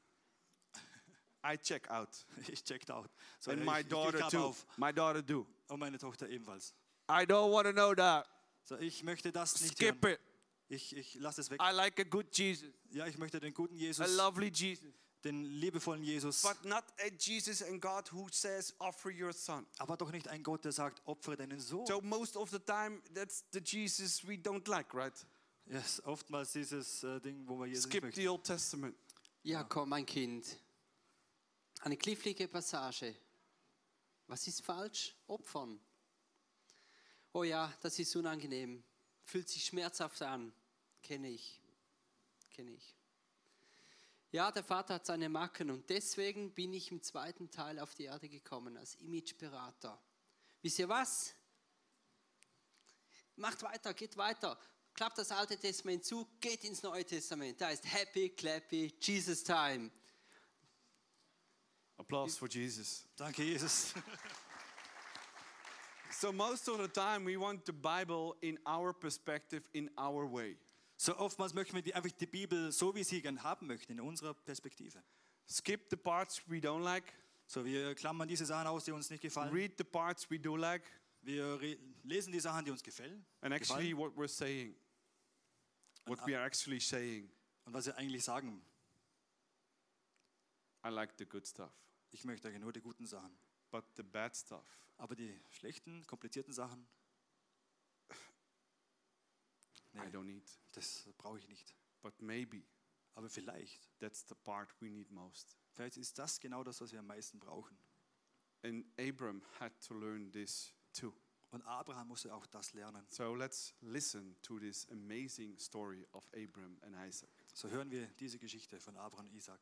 Speaker 2: I check out.
Speaker 3: ich checked out. So,
Speaker 2: And
Speaker 3: ich
Speaker 2: my
Speaker 3: gebe
Speaker 2: daughter
Speaker 3: grad
Speaker 2: too.
Speaker 3: auf.
Speaker 2: My daughter do.
Speaker 3: Und meine Tochter ebenfalls.
Speaker 2: I don't want to know that.
Speaker 3: So, ich möchte das nicht
Speaker 2: Skip
Speaker 3: hören.
Speaker 2: it.
Speaker 3: Ich lasse es weg.
Speaker 2: I like a good Jesus,
Speaker 3: Ja, ich möchte den guten
Speaker 2: a
Speaker 3: Jesus,
Speaker 2: lovely Jesus.
Speaker 3: den liebevollen Jesus,
Speaker 2: But not a Jesus and God who says, offer your son.
Speaker 3: aber doch nicht ein Gott, der sagt, opfere deinen Sohn.
Speaker 2: So most of the time, that's the Jesus we don't like, right?
Speaker 3: Yes, oftmals dieses Ding, wo wir Jesus nicht
Speaker 2: Skip
Speaker 3: möchten.
Speaker 2: the Old Testament.
Speaker 4: Ja, komm, mein Kind. Eine knifflige Passage. Was ist falsch? Opfern. Oh ja, das ist unangenehm. Fühlt sich schmerzhaft an. Kenne ich. Ja, der Vater hat seine Macken und deswegen bin ich im zweiten Teil auf die Erde gekommen als Imageberater. Wisst ihr was? Macht weiter, geht weiter. Klappt das Alte Testament zu, geht ins Neue Testament. Da ist Happy, Clappy, Jesus Time.
Speaker 2: Applause for Jesus.
Speaker 3: Danke, Jesus.
Speaker 2: So most of the time, we want the Bible in our perspective, in our way.
Speaker 3: So oftmals möchten wir einfach die Bibel so, wie sie gern haben möchten, in unserer Perspektive.
Speaker 2: Skip the parts we don't like.
Speaker 3: So, wir klammern diese Sachen aus, die uns nicht gefallen.
Speaker 2: Read the parts we do like.
Speaker 3: Wir lesen die Sachen, die uns gefallen.
Speaker 2: And actually
Speaker 3: gefallen.
Speaker 2: what we're saying, what we are actually saying,
Speaker 3: Und was wir eigentlich sagen,
Speaker 2: I like the good stuff.
Speaker 3: ich möchte eigentlich nur die guten Sachen.
Speaker 2: But the bad stuff,
Speaker 3: Aber die schlechten, komplizierten Sachen,
Speaker 2: I don't need.
Speaker 3: das brauche ich nicht.
Speaker 2: But maybe
Speaker 3: Aber vielleicht
Speaker 2: that's the part we need most.
Speaker 3: ist das genau das, was wir am meisten brauchen.
Speaker 2: And Abram had to learn this too.
Speaker 3: Und Abraham musste auch das lernen.
Speaker 2: So let's listen to this amazing story of Abram and Isaac.
Speaker 3: So hören wir diese Geschichte von Abraham und Isaac.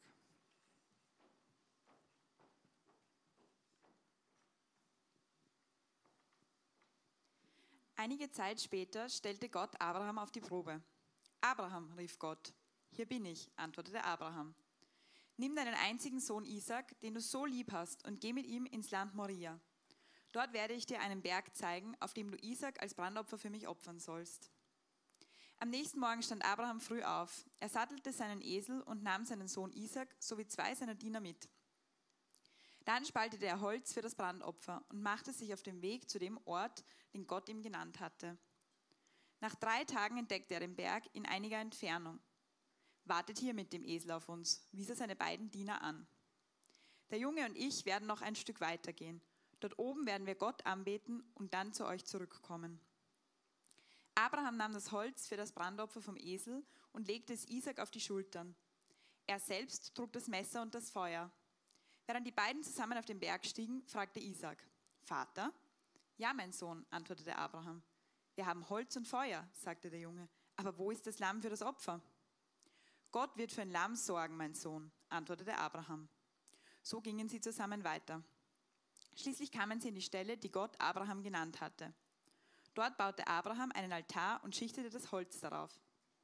Speaker 5: Einige Zeit später stellte Gott Abraham auf die Probe. Abraham, rief Gott. Hier bin ich, antwortete Abraham. Nimm deinen einzigen Sohn Isaac, den du so lieb hast, und geh mit ihm ins Land Moria. Dort werde ich dir einen Berg zeigen, auf dem du Isaac als Brandopfer für mich opfern sollst. Am nächsten Morgen stand Abraham früh auf. Er sattelte seinen Esel und nahm seinen Sohn Isaac sowie 2 seiner Diener mit. Dann spaltete er Holz für das Brandopfer und machte sich auf den Weg zu dem Ort, den Gott ihm genannt hatte. Nach 3 Tagen entdeckte er den Berg in einiger Entfernung. Wartet hier mit dem Esel auf uns, wies er seine beiden Diener an. Der Junge und ich werden noch ein Stück weitergehen. Dort oben werden wir Gott anbeten und dann zu euch zurückkommen. Abraham nahm das Holz für das Brandopfer vom Esel und legte es Isaac auf die Schultern. Er selbst trug das Messer und das Feuer. Während die beiden zusammen auf den Berg stiegen, fragte Isaac: Vater? Ja, mein Sohn, antwortete Abraham. Wir haben Holz und Feuer, sagte der Junge. Aber wo ist das Lamm für das Opfer? Gott wird für ein Lamm sorgen, mein Sohn, antwortete Abraham. So gingen sie zusammen weiter. Schließlich kamen sie in die Stelle, die Gott Abraham genannt hatte. Dort baute Abraham einen Altar und schichtete das Holz darauf.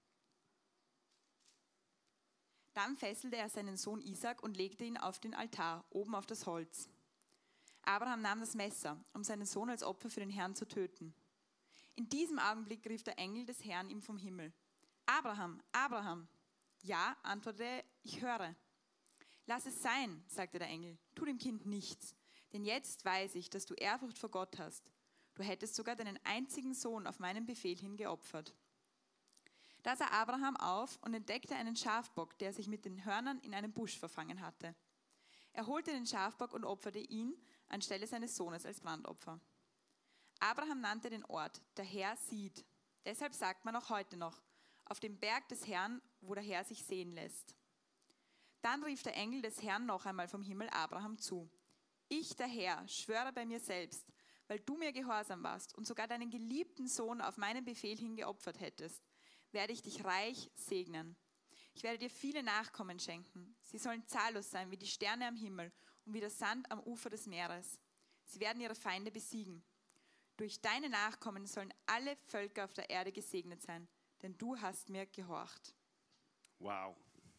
Speaker 5: Dann fesselte er seinen Sohn Isaac und legte ihn auf den Altar, oben auf das Holz. Abraham nahm das Messer, um seinen Sohn als Opfer für den Herrn zu töten. In diesem Augenblick rief der Engel des Herrn ihm vom Himmel: Abraham, Abraham! Ja, antwortete er, ich höre. Lass es sein, sagte der Engel, tu dem Kind nichts, denn jetzt weiß ich, dass du Ehrfurcht vor Gott hast. Du hättest sogar deinen einzigen Sohn auf meinen Befehl hin geopfert. Da sah Abraham auf und entdeckte einen Schafbock, der sich mit den Hörnern in einem Busch verfangen hatte. Er holte den Schafbock und opferte ihn anstelle seines Sohnes als Brandopfer. Abraham nannte den Ort, der Herr sieht. Deshalb sagt man auch heute noch, auf dem Berg des Herrn, wo der Herr sich sehen lässt. Dann rief der Engel des Herrn noch einmal vom Himmel Abraham zu: Ich, der Herr, schwöre bei mir selbst, weil du mir gehorsam warst und sogar deinen geliebten Sohn auf meinen Befehl hin geopfert hättest, werde ich dich reich segnen. Ich werde dir viele Nachkommen schenken. Sie sollen zahllos sein wie die Sterne am Himmel und wie der Sand am Ufer des Meeres. Sie werden ihre Feinde besiegen. Durch deine Nachkommen sollen alle Völker auf der Erde gesegnet sein, denn du hast mir gehorcht.
Speaker 2: Wow.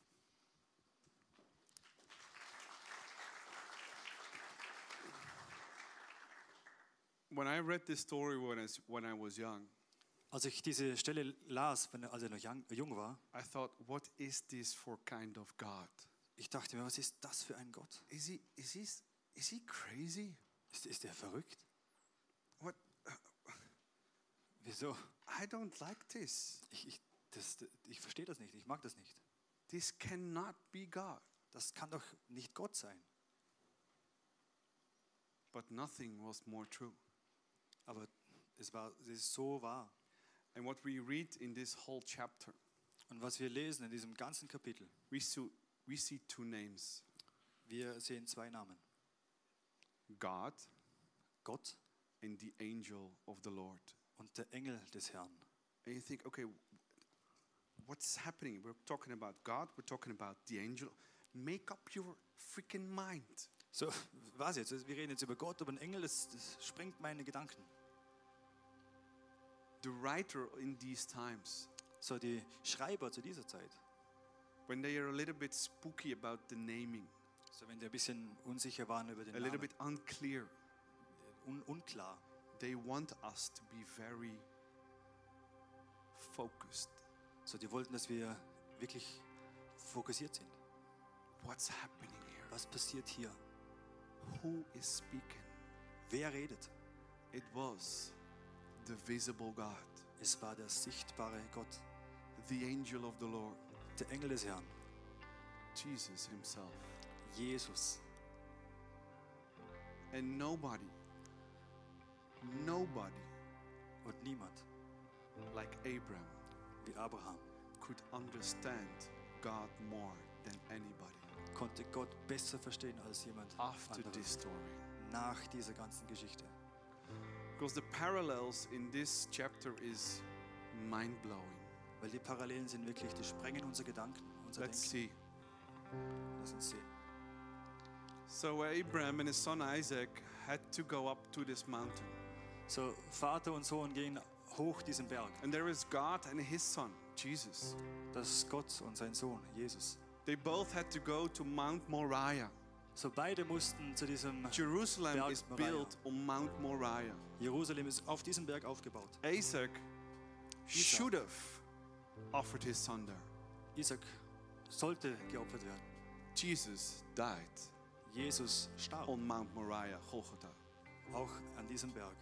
Speaker 2: When I read this story when I was young,
Speaker 3: Als ich diese Stelle las, als ich noch jung war,
Speaker 2: I thought, what is this for kind of God?
Speaker 3: ich dachte mir, was ist das für ein Gott?
Speaker 2: Is he crazy?
Speaker 3: Ist der verrückt?
Speaker 2: What?
Speaker 3: Wieso?
Speaker 2: I don't like this.
Speaker 3: Ich verstehe das nicht, ich mag das nicht.
Speaker 2: This cannot be God.
Speaker 3: Das kann doch nicht Gott sein.
Speaker 2: But nothing was more true.
Speaker 3: Aber es ist so wahr.
Speaker 2: And what we read in this whole chapter,
Speaker 3: Und was wir lesen in diesem ganzen Kapitel,
Speaker 2: we see two names.
Speaker 3: wir sehen zwei Namen.
Speaker 2: God
Speaker 3: Gott
Speaker 2: and the angel of the Lord.
Speaker 3: und der Engel des Herrn.
Speaker 2: And you think, okay, what's happening? We're talking about God, we're talking about the angel. Make up your freaking mind.
Speaker 3: So, was jetzt? Wir reden jetzt über Gott, über den Engel, das sprengt meine Gedanken.
Speaker 2: The writer in these times,
Speaker 3: So, die Schreiber zu dieser Zeit,
Speaker 2: when they are a little bit spooky about the naming,
Speaker 3: so wenn die ein bisschen unsicher waren über den
Speaker 2: a little
Speaker 3: Namen,
Speaker 2: bit unclear,
Speaker 3: unklar,
Speaker 2: they want us to be very focused.
Speaker 3: so die wollten, dass wir wirklich fokussiert sind.
Speaker 2: What's happening here?
Speaker 3: Was passiert hier?
Speaker 2: Who is speaking?
Speaker 3: Wer redet?
Speaker 2: It was the visible God,
Speaker 3: Es war der sichtbare Gott,
Speaker 2: the angel of the Lord,
Speaker 3: der Engel des Herrn,
Speaker 2: Jesus himself.
Speaker 3: Jesus.
Speaker 2: And nobody
Speaker 3: Und niemand
Speaker 2: like Abraham
Speaker 3: wie Abraham
Speaker 2: could understand God more than anybody
Speaker 3: konnte Gott besser verstehen als jemand
Speaker 2: after
Speaker 3: anderes
Speaker 2: this story.
Speaker 3: nach dieser ganzen Geschichte.
Speaker 2: Because the parallels in this chapter is mind-blowing.
Speaker 3: Weil die Parallelen sind wirklich, die sprengen unsere Gedanken, unser
Speaker 2: Let's
Speaker 3: Denken.
Speaker 2: see.
Speaker 3: Lass uns sehen.
Speaker 2: So Abraham and his son Isaac had to go up to this mountain.
Speaker 3: So, Vater und Sohn gehen hoch diesen Berg.
Speaker 2: And there is God and his son, Jesus.
Speaker 3: Das ist Gott und sein Sohn, Jesus.
Speaker 2: They both had to go to Mount Moriah.
Speaker 3: So, beide mussten zu diesem
Speaker 2: Jerusalem
Speaker 3: Berg
Speaker 2: is
Speaker 3: Moriah.
Speaker 2: built on Mount Moriah.
Speaker 3: Jerusalem ist auf diesem Berg aufgebaut.
Speaker 2: Isaac should have offered his son there.
Speaker 3: Isaac sollte geopfert werden.
Speaker 2: Jesus died
Speaker 3: Jesus starb
Speaker 2: on Mount Moriah, Golgotha.
Speaker 3: auch an diesem Berg.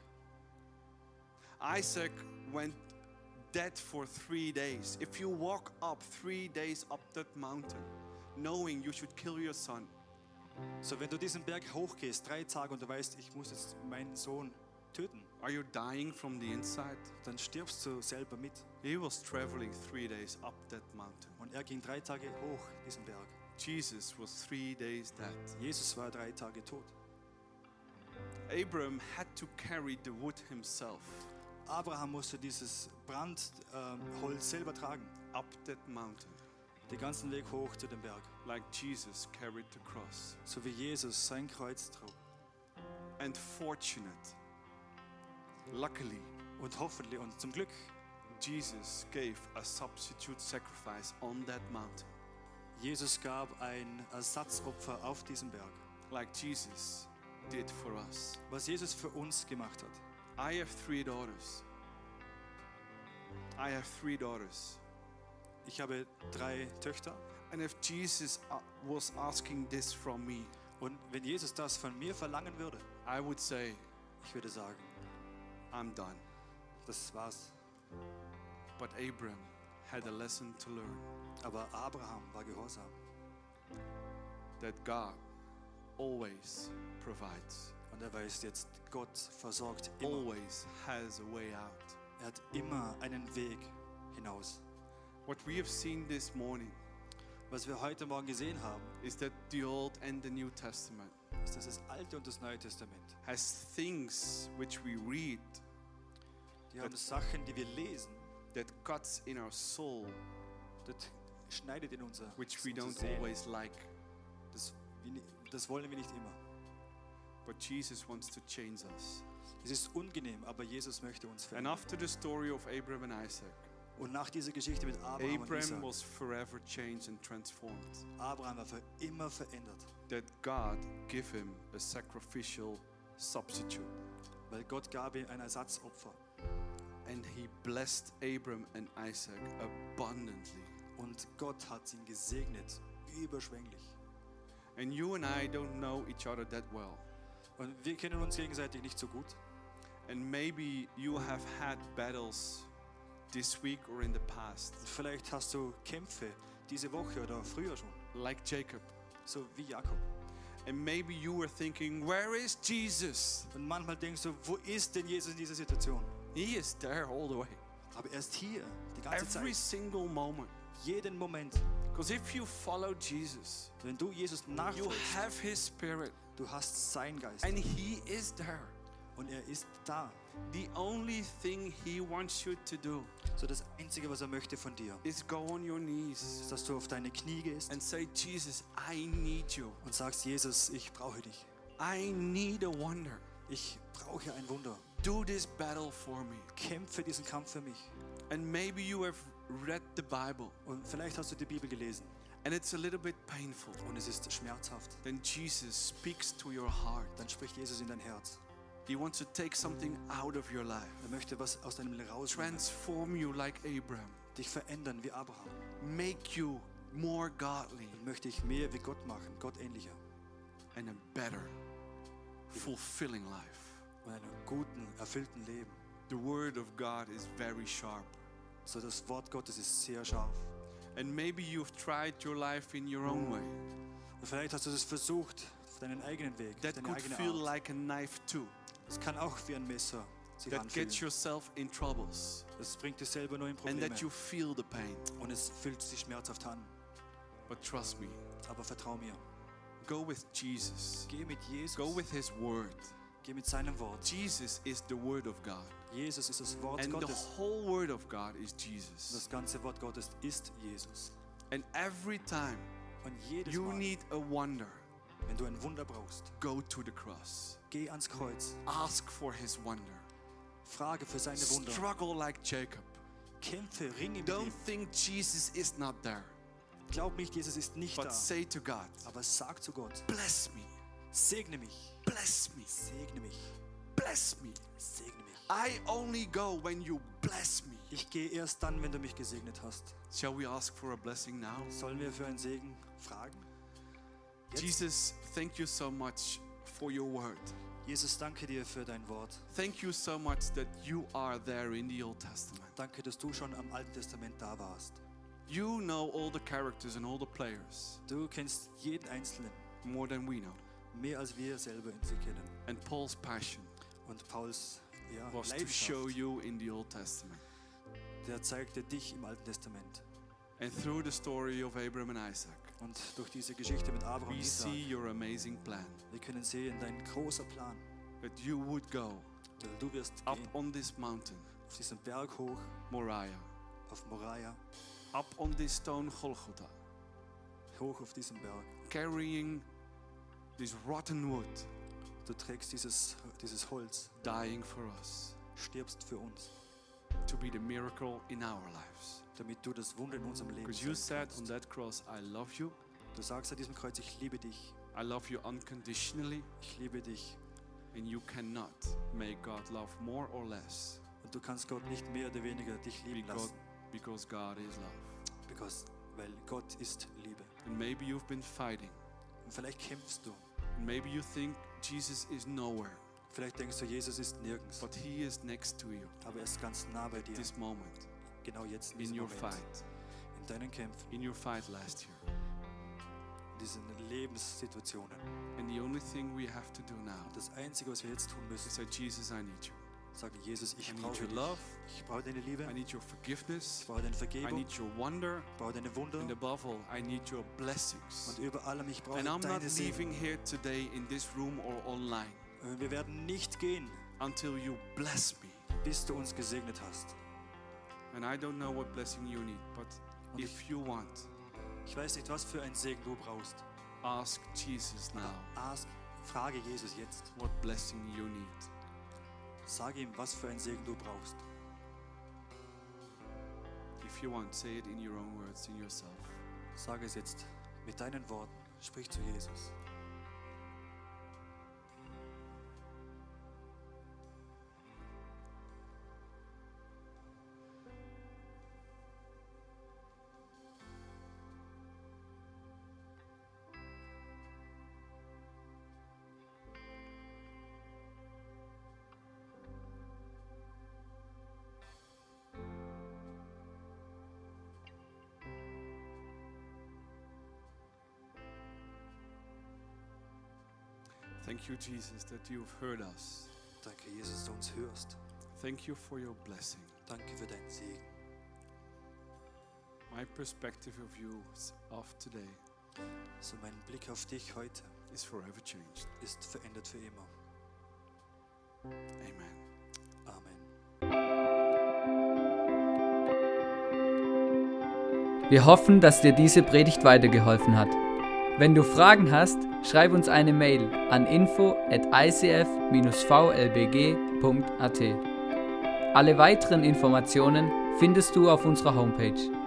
Speaker 2: Isaac went dead for 3 days. If you walk up 3 days up that mountain, knowing you should kill your son,
Speaker 3: So, wenn du diesen Berg hochgehst, 3 Tage und du weißt, ich muss jetzt meinen Sohn töten,
Speaker 2: are you dying from the inside?
Speaker 3: dann stirbst du selber mit.
Speaker 2: He was traveling 3 days up that mountain.
Speaker 3: Und er ging 3 Tage hoch diesen Berg.
Speaker 2: Jesus was 3 days dead.
Speaker 3: Jesus war 3 Tage tot.
Speaker 2: Abraham had to carry the wood himself
Speaker 3: Abraham musste dieses Brandholz selber tragen,
Speaker 2: up that mountain,
Speaker 3: den ganzen Weg hoch zu dem Berg,
Speaker 2: like Jesus carried the cross.
Speaker 3: so wie Jesus sein Kreuz trug.
Speaker 2: And fortunate, luckily,
Speaker 3: Und hoffentlich und zum Glück,
Speaker 2: Jesus gave a substitute sacrifice on that mountain,
Speaker 3: Jesus gab ein Ersatzopfer auf diesem Berg,
Speaker 2: like Jesus did for us.
Speaker 3: was Jesus für uns gemacht hat.
Speaker 2: I have 3 daughters. I have 3 daughters.
Speaker 3: Ich habe 3 Töchter
Speaker 2: And if Jesus was asking this from me,
Speaker 3: und wenn Jesus das von mir verlangen würde,
Speaker 2: I would say,
Speaker 3: ich würde sagen,
Speaker 2: I'm done.
Speaker 3: das war's.
Speaker 2: But Abraham had a lesson to learn,
Speaker 3: Aber Abraham war gehorsam,
Speaker 2: that God always provides,
Speaker 3: und er weiß jetzt, Gott versorgt immer.
Speaker 2: always has a way out.
Speaker 3: Er hat immer einen Weg hinaus.
Speaker 2: What we have seen this morning
Speaker 3: Was wir heute Morgen gesehen haben,
Speaker 2: is that the Old and the New Testament
Speaker 3: ist, dass das Alte und das Neue Testament,
Speaker 2: has things which we read
Speaker 3: die haben Sachen, die wir lesen,
Speaker 2: that cuts in our soul,
Speaker 3: das schneidet in unser
Speaker 2: which we
Speaker 3: unsere
Speaker 2: don't
Speaker 3: Seele.
Speaker 2: always like.
Speaker 3: Das wollen wir nicht immer.
Speaker 2: But Jesus wants to change us.
Speaker 3: Es ist unangenehm, aber Jesus möchte uns
Speaker 2: And
Speaker 3: verändern.
Speaker 2: after the story of Abraham and Isaac,
Speaker 3: Und nach dieser Geschichte mit Abraham und
Speaker 2: Abraham
Speaker 3: Isaac,
Speaker 2: was forever changed and transformed.
Speaker 3: Abraham war für immer verändert,
Speaker 2: That God gave him a sacrificial substitute.
Speaker 3: weil Gott gab ihm ein Ersatzopfer.
Speaker 2: And he blessed Abraham and Isaac abundantly.
Speaker 3: Und Gott hat ihn gesegnet, überschwänglich.
Speaker 2: And you and I don't know each other that well.
Speaker 3: Und wir kennen uns gegenseitig nicht so gut.
Speaker 2: And maybe you have had battles this week or in the past,
Speaker 3: Und vielleicht hast du Kämpfe diese Woche oder früher schon,
Speaker 2: like Jacob.
Speaker 3: so wie Jakob.
Speaker 2: And maybe you were thinking, where is Jesus?
Speaker 3: Und manchmal denkst du, wo ist denn Jesus in dieser Situation?
Speaker 2: He is there all the way.
Speaker 3: Aber er ist hier, die ganze
Speaker 2: Every
Speaker 3: Zeit,
Speaker 2: single moment.
Speaker 3: jeden Moment.
Speaker 2: Because if you follow Jesus,
Speaker 3: Wenn du Jesus
Speaker 2: you
Speaker 3: nachfolgst,
Speaker 2: have his spirit
Speaker 3: du hast seinen Geist
Speaker 2: and he is there.
Speaker 3: und er ist da.
Speaker 2: The only thing he wants you to do
Speaker 3: So das Einzige, was er möchte von dir,
Speaker 2: is go on your knees
Speaker 3: ist, dass du auf deine Knie gehst
Speaker 2: and say, Jesus, I need you.
Speaker 3: und sagst, Jesus, ich brauche dich.
Speaker 2: I need a wonder.
Speaker 3: Ich brauche ein Wunder.
Speaker 2: Do this battle for me.
Speaker 3: Kämpfe diesen Kampf für mich.
Speaker 2: And maybe you have read the Bible
Speaker 3: Und vielleicht hast du die Bibel gelesen
Speaker 2: and it's a little bit painful.
Speaker 3: und es ist schmerzhaft.
Speaker 2: Then Jesus speaks to your heart.
Speaker 3: Dann spricht Jesus in dein Herz.
Speaker 2: He wants to take something out of your life,
Speaker 3: Er möchte was aus deinem Leben rausnehmen,
Speaker 2: transform you like Abraham,
Speaker 3: dich verändern wie Abraham.
Speaker 2: make you more godly
Speaker 3: Und möchte dich mehr wie Gott machen, Gott ähnlicher.
Speaker 2: and a better, fulfilling life.
Speaker 3: Und einem guten, erfüllten Leben.
Speaker 2: The word of God is very sharp.
Speaker 3: So das Wort Gottes ist sehr scharf.
Speaker 2: And maybe you've tried your life in your own way.
Speaker 3: Und vielleicht hast du das versucht, auf deinen eigenen Weg, auf
Speaker 2: That
Speaker 3: deine
Speaker 2: could
Speaker 3: eigene
Speaker 2: feel
Speaker 3: Art.
Speaker 2: like a knife too.
Speaker 3: Es kann auch wie ein Messer sich
Speaker 2: That
Speaker 3: anfühlen.
Speaker 2: gets yourself in troubles
Speaker 3: Das bringt dich selber nur in
Speaker 2: and
Speaker 3: Probleme.
Speaker 2: that you feel the pain.
Speaker 3: Und es fühlt sich schmerzhaft an.
Speaker 2: But trust me,
Speaker 3: Aber vertrau mir.
Speaker 2: go with Jesus.
Speaker 3: Geh mit Jesus.
Speaker 2: Go with his word.
Speaker 3: Geh mit seinem Wort.
Speaker 2: Jesus is the word of God.
Speaker 3: Jesus ist das Wort
Speaker 2: And the
Speaker 3: Gottes.
Speaker 2: whole word of God is Jesus.
Speaker 3: Das ganze Wort Gottes ist Jesus.
Speaker 2: And every time
Speaker 3: Und jedes
Speaker 2: you
Speaker 3: Mal,
Speaker 2: need a wonder,
Speaker 3: wenn du ein Wunder brauchst,
Speaker 2: go to the cross.
Speaker 3: geh ans Kreuz.
Speaker 2: Ask for his wonder.
Speaker 3: Frage für seine Wunder.
Speaker 2: Struggle like Jacob.
Speaker 3: Kämpfe, ringe mit
Speaker 2: Don't
Speaker 3: ihm.
Speaker 2: think Jesus is not there,
Speaker 3: Glaub nicht, Jesus ist nicht
Speaker 2: but
Speaker 3: da.
Speaker 2: say to God,
Speaker 3: Aber sag zu Gott,
Speaker 2: bless me,
Speaker 3: segne mich,
Speaker 2: bless me,
Speaker 3: segne mich,
Speaker 2: bless me.
Speaker 3: segne mich.
Speaker 2: I only go when you bless me.
Speaker 3: Ich gehe erst dann, wenn du mich gesegnet hast.
Speaker 2: Shall we ask for a blessing now?
Speaker 3: Sollen wir für einen Segen fragen? Jetzt?
Speaker 2: Jesus, thank you so much for your word.
Speaker 3: Jesus, danke dir für dein Wort.
Speaker 2: Thank you so much that you are there in the Old Testament.
Speaker 3: Danke, dass du schon am Alten Testament da warst.
Speaker 2: You know all the characters and all the players
Speaker 3: Du kennst jeden Einzelnen,
Speaker 2: more than we know.
Speaker 3: mehr als wir selber sie kennen.
Speaker 2: And Paul's passion
Speaker 3: Und Pauls
Speaker 2: was to show
Speaker 3: Leidenschaft,
Speaker 2: you in the Old Testament.
Speaker 3: der zeigte dich im Alten Testament.
Speaker 2: And through the story of Abraham and Isaac,
Speaker 3: Und durch diese Geschichte mit Abraham und
Speaker 2: we
Speaker 3: Isaac,
Speaker 2: see your amazing plan.
Speaker 3: wir können sehen, dein großer Plan,
Speaker 2: That you would go
Speaker 3: weil du wirst
Speaker 2: up
Speaker 3: gehen
Speaker 2: on this mountain,
Speaker 3: auf diesen Berg hoch,
Speaker 2: Moriah,
Speaker 3: auf Moriah,
Speaker 2: up on this stone Golgotha,
Speaker 3: hoch auf diesen Berg.
Speaker 2: carrying this rotten wood,
Speaker 3: Du trägst dieses Holz,
Speaker 2: dying for us,
Speaker 3: stirbst für uns,
Speaker 2: to be the miracle in our lives.
Speaker 3: damit du das Wunder in unserem Leben
Speaker 2: Because you
Speaker 3: sein
Speaker 2: said on
Speaker 3: kannst.
Speaker 2: that cross, I love you,
Speaker 3: Du sagst an diesem Kreuz, ich liebe dich,
Speaker 2: I love you unconditionally,
Speaker 3: ich liebe dich.
Speaker 2: and you cannot make God love more or less,
Speaker 3: Und du kannst Gott nicht mehr oder weniger dich lieben lassen,
Speaker 2: because God is love.
Speaker 3: weil Gott ist Liebe.
Speaker 2: And maybe you've been fighting,
Speaker 3: Und vielleicht kämpfst du,
Speaker 2: and maybe you think Jesus is nowhere,
Speaker 3: vielleicht denkst du, Jesus ist nirgends,
Speaker 2: but he is next to you
Speaker 3: aber er ist ganz nah bei dir,
Speaker 2: this moment,
Speaker 3: genau jetzt in
Speaker 2: in
Speaker 3: diesem
Speaker 2: your
Speaker 3: Moment,
Speaker 2: fight,
Speaker 3: in deinen Kämpfen,
Speaker 2: in your fight last year.
Speaker 3: in diesen Lebenssituationen.
Speaker 2: And the only thing we have to do now
Speaker 3: Das Einzige, was wir jetzt tun
Speaker 2: is
Speaker 3: müssen,
Speaker 2: say, Jesus, I need you.
Speaker 3: sagen, Jesus, ich
Speaker 2: I need
Speaker 3: brauche
Speaker 2: your
Speaker 3: dich.
Speaker 2: love,
Speaker 3: Ich brauche deine Liebe,
Speaker 2: I need your
Speaker 3: ich
Speaker 2: forgiveness,
Speaker 3: brauche deine
Speaker 2: I
Speaker 3: Vergebung,
Speaker 2: need your wonder,
Speaker 3: ich brauche deine Wunder
Speaker 2: and above all, I need your blessings.
Speaker 3: und über allem, ich brauche
Speaker 2: And I'm not
Speaker 3: deine Segen.
Speaker 2: leaving here today in this room or online
Speaker 3: Wir werden nicht gehen,
Speaker 2: until you bless me.
Speaker 3: bis du uns gesegnet hast.
Speaker 2: And I don't know what blessing you need, but
Speaker 3: Und
Speaker 2: if you want,
Speaker 3: Ich weiß nicht, was für einen Segen du brauchst.
Speaker 2: Ask Jesus now
Speaker 3: Frage Jesus jetzt.
Speaker 2: what blessing you need.
Speaker 3: Sag ihm, was für einen Segen du brauchst.
Speaker 2: If you want, say it in your own words, in yourself.
Speaker 3: Sag es jetzt mit deinen Worten. Sprich zu Jesus.
Speaker 2: Thank you, Jesus, that you've heard us.
Speaker 3: Danke, Jesus, dass du uns hörst.
Speaker 2: Thank you for your blessing.
Speaker 3: Danke für deinen Segen.
Speaker 2: My perspective of you of today
Speaker 3: So mein Blick auf dich heute
Speaker 2: is forever changed.
Speaker 3: ist verändert für immer.
Speaker 2: Amen.
Speaker 3: Amen.
Speaker 1: Wir hoffen, dass dir diese Predigt weitergeholfen hat. Wenn du Fragen hast, schreib uns eine Mail an info@icf-vlbg.at. Alle weiteren Informationen findest du auf unserer Homepage.